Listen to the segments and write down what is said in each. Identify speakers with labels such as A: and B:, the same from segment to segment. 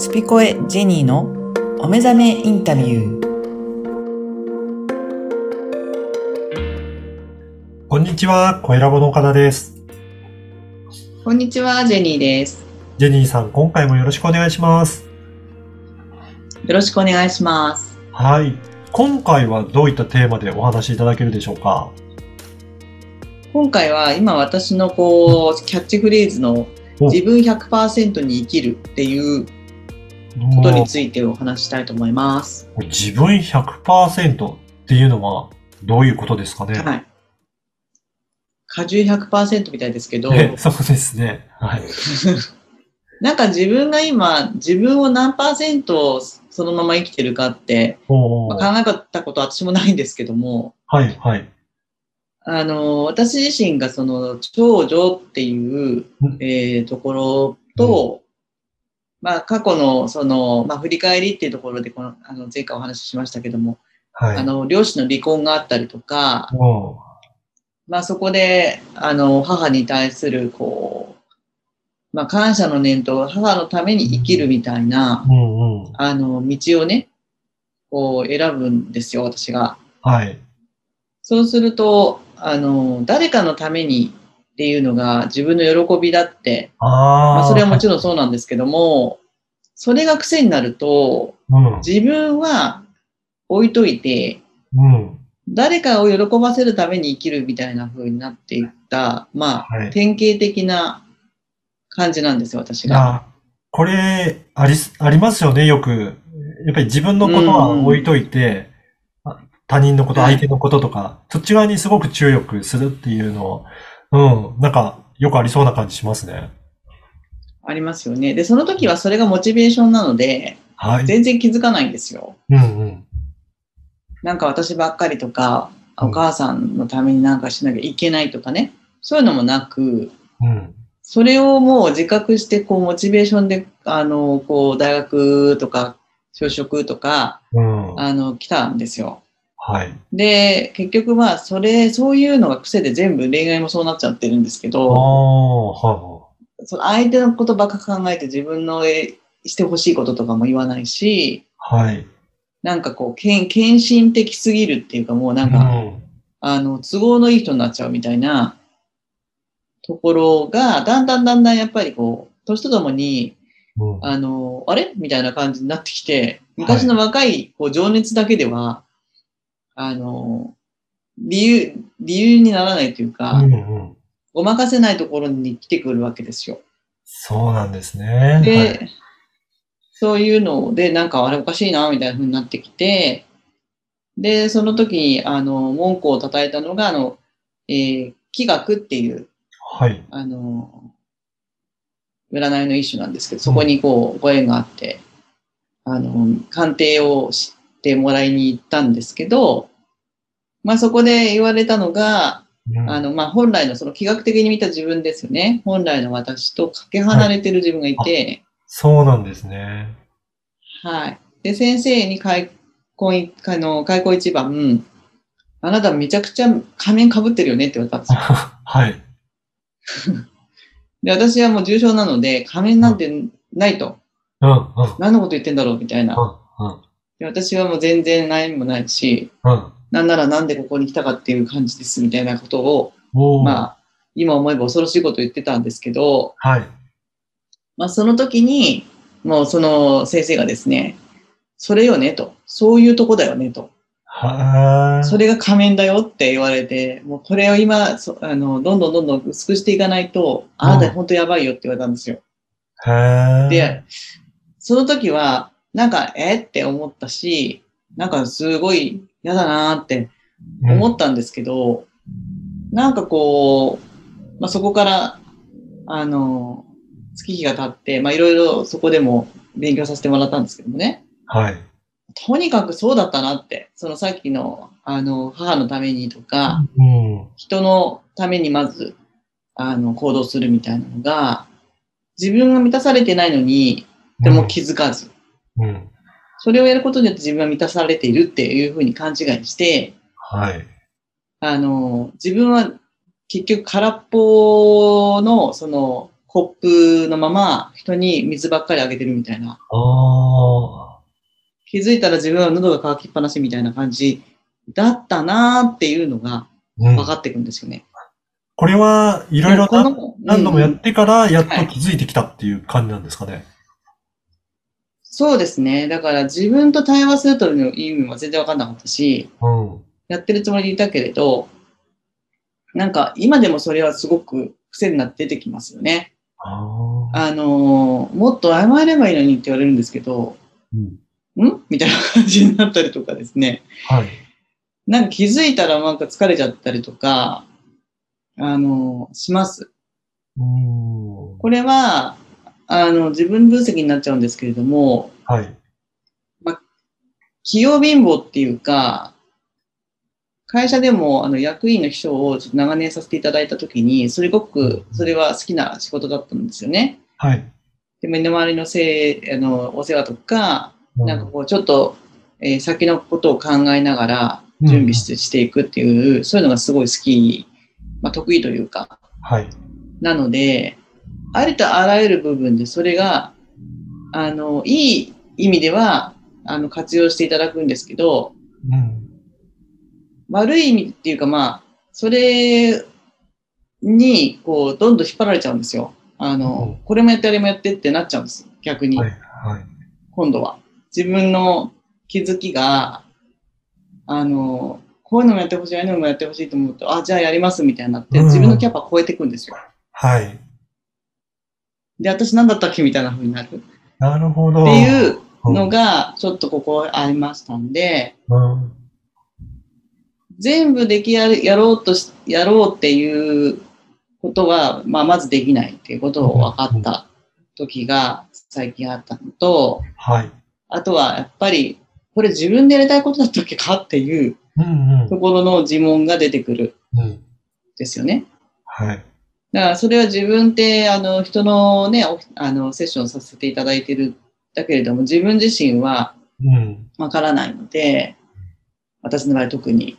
A: スピコエジェニーのお目覚めインタビュー。
B: こんにちは、小ラボの岡田です。
C: こんにちは、ジェニーです。
B: ジェニーさん、今回もよろしくお願いします。
C: よろしくお願いします。
B: はい。今回はどういったテーマでお話しいただけるでしょうか？
C: 今回は今私のキャッチフレーズの自分 100% に生きるっていうことについてお話したいと思います。
B: 自分 100% っていうのはどういうことですかね？
C: はい。果汁 100% みたいですけど。
B: そうですね。はい。
C: なんか自分が今、自分を何%そのまま生きてるかって、考えたことは私もないんですけども。
B: はい、はい。
C: 私自身がその長女っていう、ところと、過去のその、振り返りっていうところで前回お話ししましたけども、
B: はい、
C: 両親の離婚があったりとか、そこで、母に対する、感謝の念と母のために生きるみたいな、道をね、選ぶんですよ、私が。
B: はい。
C: そうすると、誰かのためにっていうのが自分の喜びだって、それはもちろんそうなんですけども、それが癖になると、自分は置いといて、誰かを喜ばせるために生きるみたいな風になっていった、典型的な感じなんですよ、私が。
B: これ、ありますよね、よく。やっぱり自分のことは置いといて、他人のこと、相手のこととか、そっち側にすごく注力するっていうのを、なんか、よくありそうな感じしますね。
C: ありますよね。で、その時はそれがモチベーションなので、全然気づかないんですよ。なんか私ばっかりとか、お母さんのためになんかしなきゃいけないとかね、そういうのもなく、それをもう自覚して、モチベーションで、大学とか、就職とか、来たんですよ。
B: はい。
C: で、結局そういうのが癖で全部恋愛もそうなっちゃってるんですけど、その相手のことばっか考えて自分のしてほしいこととかも言わないし、なんか献身的すぎるっていうかもうなんか、都合のいい人になっちゃうみたいなところが、だんだんやっぱり年とともに、あれみたいな感じになってきて、昔の若い情熱だけでは、理由にならないというか、ごまかせないところに来てくるわけですよ。
B: そうなんですね。
C: で、そういうので、なんかあれおかしいな、みたいな風になってきて、で、その時に、文句を叩いたのが、気学っていう、占いの一種なんですけど、そこにご縁があって、鑑定をしてもらいに行ったんですけど、そこで言われたのが、本来のその気学的に見た自分ですよね。本来の私とかけ離れてる自分がいて、
B: そうなんですね。
C: はい。で、先生に開口一番、あなためちゃくちゃ仮面被ってるよねって言われたんですよ。
B: はい。
C: で、私はもう重症なので、仮面なんてないと。何のこと言ってんだろうみたいな。で、私はもう全然悩みもないし、なんならなんでここに来たかっていう感じですみたいなことを、今思えば恐ろしいこと言ってたんですけど、その時に、もうその先生がですね、それよねと。そういうとこだよねと。それが仮面だよって言われて、もうこれを今、どんどん薄くしていかないと、あなた本当やばいよって言われたんですよ。で、その時は、なんか、って思ったし、なんかすごい嫌だなって思ったんですけど、なんかそこから、月日が経って、いろいろそこでも勉強させてもらったんですけどもね。とにかくそうだったなって、そのさっきの、母のためにとか、人のためにまず、行動するみたいなのが、自分が満たされてないのに、でも気づかず、それをやることによって自分は満たされているっていうふうに勘違いして、自分は結局空っぽの、そのコップのまま人に水ばっかりあげてるみたいな。気づいたら自分は喉が渇きっぱなしみたいな感じだったなーっていうのが分かっていくんですよね。
B: これはいろいろ何度もやってからやっと気づいてきたっていう感じなんですかね。
C: そうですね。だから自分と対話するという意味は全然分かんなかったし、やってるつもりでいたけれど、なんか今でもそれはすごく癖になって出てきますよね。もっと謝ればいいのにって言われるんですけど、みたいな感じになったりとかですね。なんか気づいたらなんか疲れちゃったりとか、します。これは、自分分析になっちゃうんですけれども、器用貧乏っていうか、会社でも役員の秘書をちょっと長年させていただいたときに、それは好きな仕事だったんですよね。で、身の回りのお世話とか、なんかこうちょっと、先のことを考えながら準備していくっていう、そういうのがすごい好き、得意というか。なので、ありとあらゆる部分でそれが、いい意味では、活用していただくんですけど、悪い意味っていうか、それに、こう、どんどん引っ張られちゃうんですよ。これもやってあれもやってってなっちゃうんです。逆に。今度は。自分の気づきが、こういうのもやってほしい、ああいうのもやってほしいと思うと、じゃあやりますみたいになって、自分のキャパ超えていくんですよ。で、私何だったっけみたいな風になる。
B: なるほど。
C: っていうのが、ちょっとここありましたんで、全部やろうっていうことは、まずできないっていうことを分かった時が最近あったのと、あとはやっぱり、これ自分でやりたいことだったっけかっていうところの自問が出てくるですよね。だからそれは自分って人のね、セッションさせていただいてるだけれども、自分自身はわからないので、私の場合特に。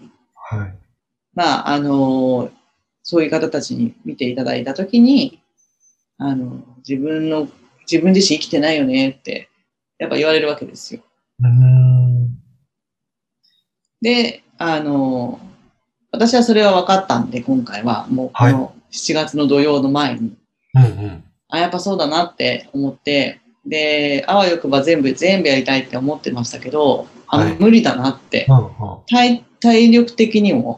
C: そういう方たちに見ていただいたときに、自分自身生きてないよねって、やっぱ言われるわけですよ。で、私はそれは分かったんで、今回はもうこの7月の土曜の前に、やっぱそうだなって思って、で、あわよくば全部やりたいって思ってましたけど、無理だなって、体力的にも、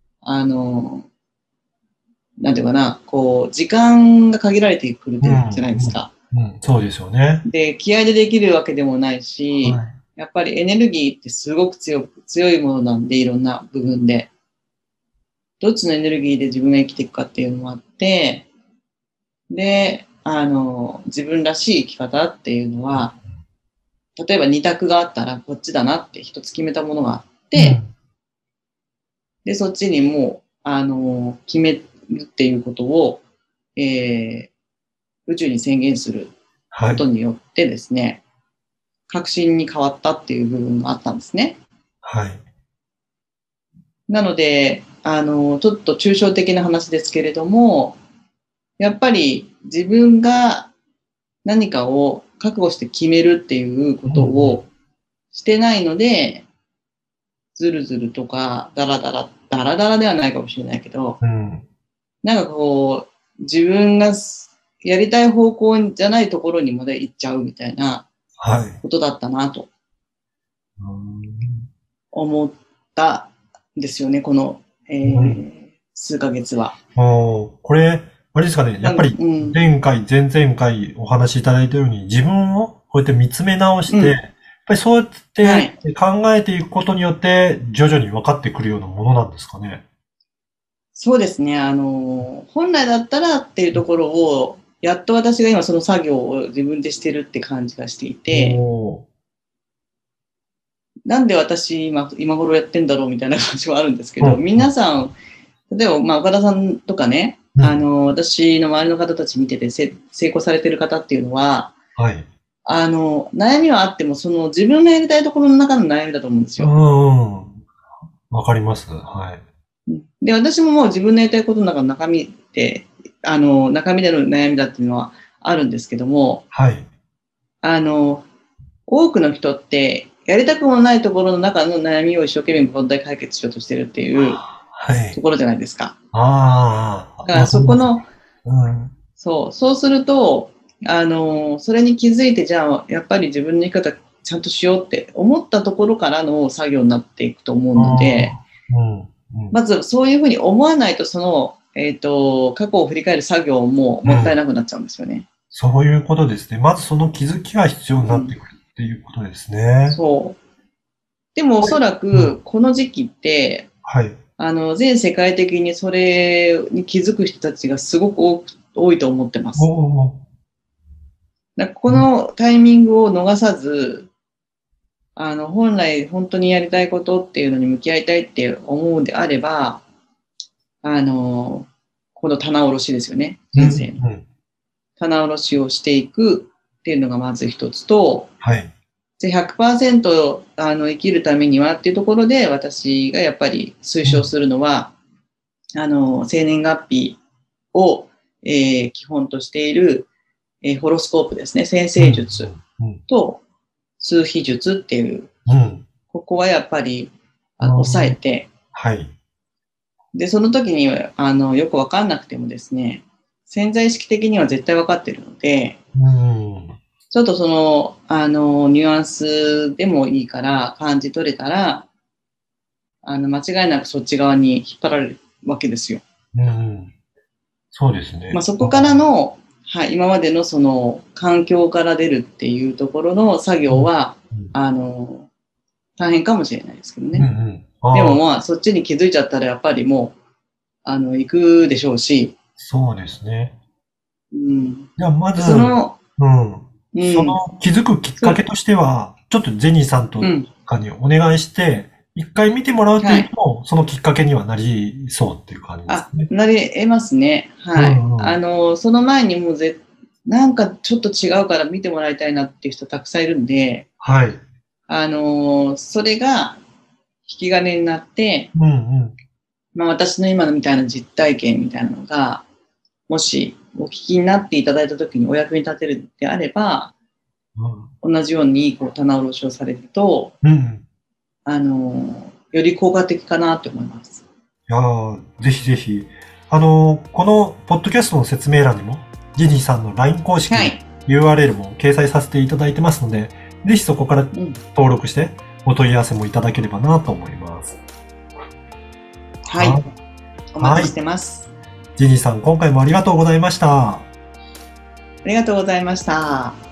C: なんていうかな、こう、時間が限られてくるじゃないですか。
B: そうですよね。
C: で、気合でできるわけでもないし、やっぱりエネルギーってすごく強いものなんで、いろんな部分で。どっちのエネルギーで自分が生きていくかっていうのもあって、で、自分らしい生き方っていうのは、例えば2択があったらこっちだなって一つ決めたものがあって、で、そっちにもう、決めるっていうことを、宇宙に宣言することによってですね、確信に変わったっていう部分があったんですね。なので、ちょっと抽象的な話ですけれども、やっぱり自分が何かを覚悟して決めるっていうことをしてないので、ずるずるとか、ダラダラではないかもしれないけど、なんかこう、自分がやりたい方向じゃないところにまで行っちゃうみたいなことだったなと思ったんですよね、この、数ヶ月は。
B: これ、あれですかね、やっぱり前々回お話しいただいたように、自分をこうやって見つめ直して、やっぱりそうやって考えていくことによって、徐々に分かってくるようなものなんですかね。
C: そうですね。本来だったらっていうところを、やっと私が今その作業を自分でしてるって感じがしていて、なんで私今頃やってんだろうみたいな感じはあるんですけど、皆さん、例えば、岡田さんとかね、私の周りの方たち見てて成功されてる方っていうのは、悩みはあっても、その自分がやりたいところの中の悩みだと思うんですよ。
B: わかります。
C: で、私ももう自分のやりたいことの中の中身って中身での悩みだっていうのはあるんですけども、
B: はい。
C: 多くの人って、やりたくもないところの中の悩みを一生懸命問題解決しようとしてるっていうところじゃないですか。
B: ああ。
C: だからそこの、そうすると、それに気づいて、じゃあ、やっぱり自分の生き方ちゃんとしようって思ったところからの作業になっていくと思うので、まずそういうふうに思わないと、その、過去を振り返る作業ももったいなくなっちゃうんですよね。
B: そういうことですね。まずその気づきが必要になってくるっていうことですね。
C: そう。でもおそらく、この時期って、
B: はい。
C: 全世界的にそれに気づく人たちがすごく多いと思ってます。このタイミングを逃さず、本来本当にやりたいことっていうのに向き合いたいって思うんであれば、この棚卸しですよね、人生の。棚卸しをしていくっていうのがまず一つと、
B: はい。
C: で 100% 生きるためにはっていうところで、私がやっぱり推奨するのは、生年月日を、基本としている、ホロスコープですね、占星術と数秘術っていう、ここはやっぱり抑えて、
B: はい。
C: で、その時によくわかんなくてもですね、潜在意識的には絶対わかってるので、ちょっとその、ニュアンスでもいいから感じ取れたら、間違いなくそっち側に引っ張られるわけですよ。
B: そうですね。
C: そこからの、はい、今までのその環境から出るっていうところの作業は、大変かもしれないですけどね。でもそっちに気づいちゃったらやっぱりもう、行くでしょうし。
B: そうですね。じゃあまず、
C: その
B: 気づくきっかけとしては、ちょっとジェニーさんとかにお願いして、一回見てもらうというと、そのきっかけにはなりそうっていう感じですね。
C: なり得ますね。はい。その前にもなんかちょっと違うから見てもらいたいなっていう人たくさんいるんで、
B: はい。
C: それが引き金になって、私の今のみたいな実体験みたいなのが、もしお聞きになっていただいたときにお役に立てるであれば、同じように棚卸しをされると、より効果的かなと思います。
B: いやぜひぜひ。このポッドキャストの説明欄にも、ジェニーさんの LINE 公式 URL も掲載させていただいてますので、ぜひそこから登録してお問い合わせもいただければなと思います。
C: はい。お待ちしてます。
B: ジェニーさん、今回もありがとうございました。
C: ありがとうございました。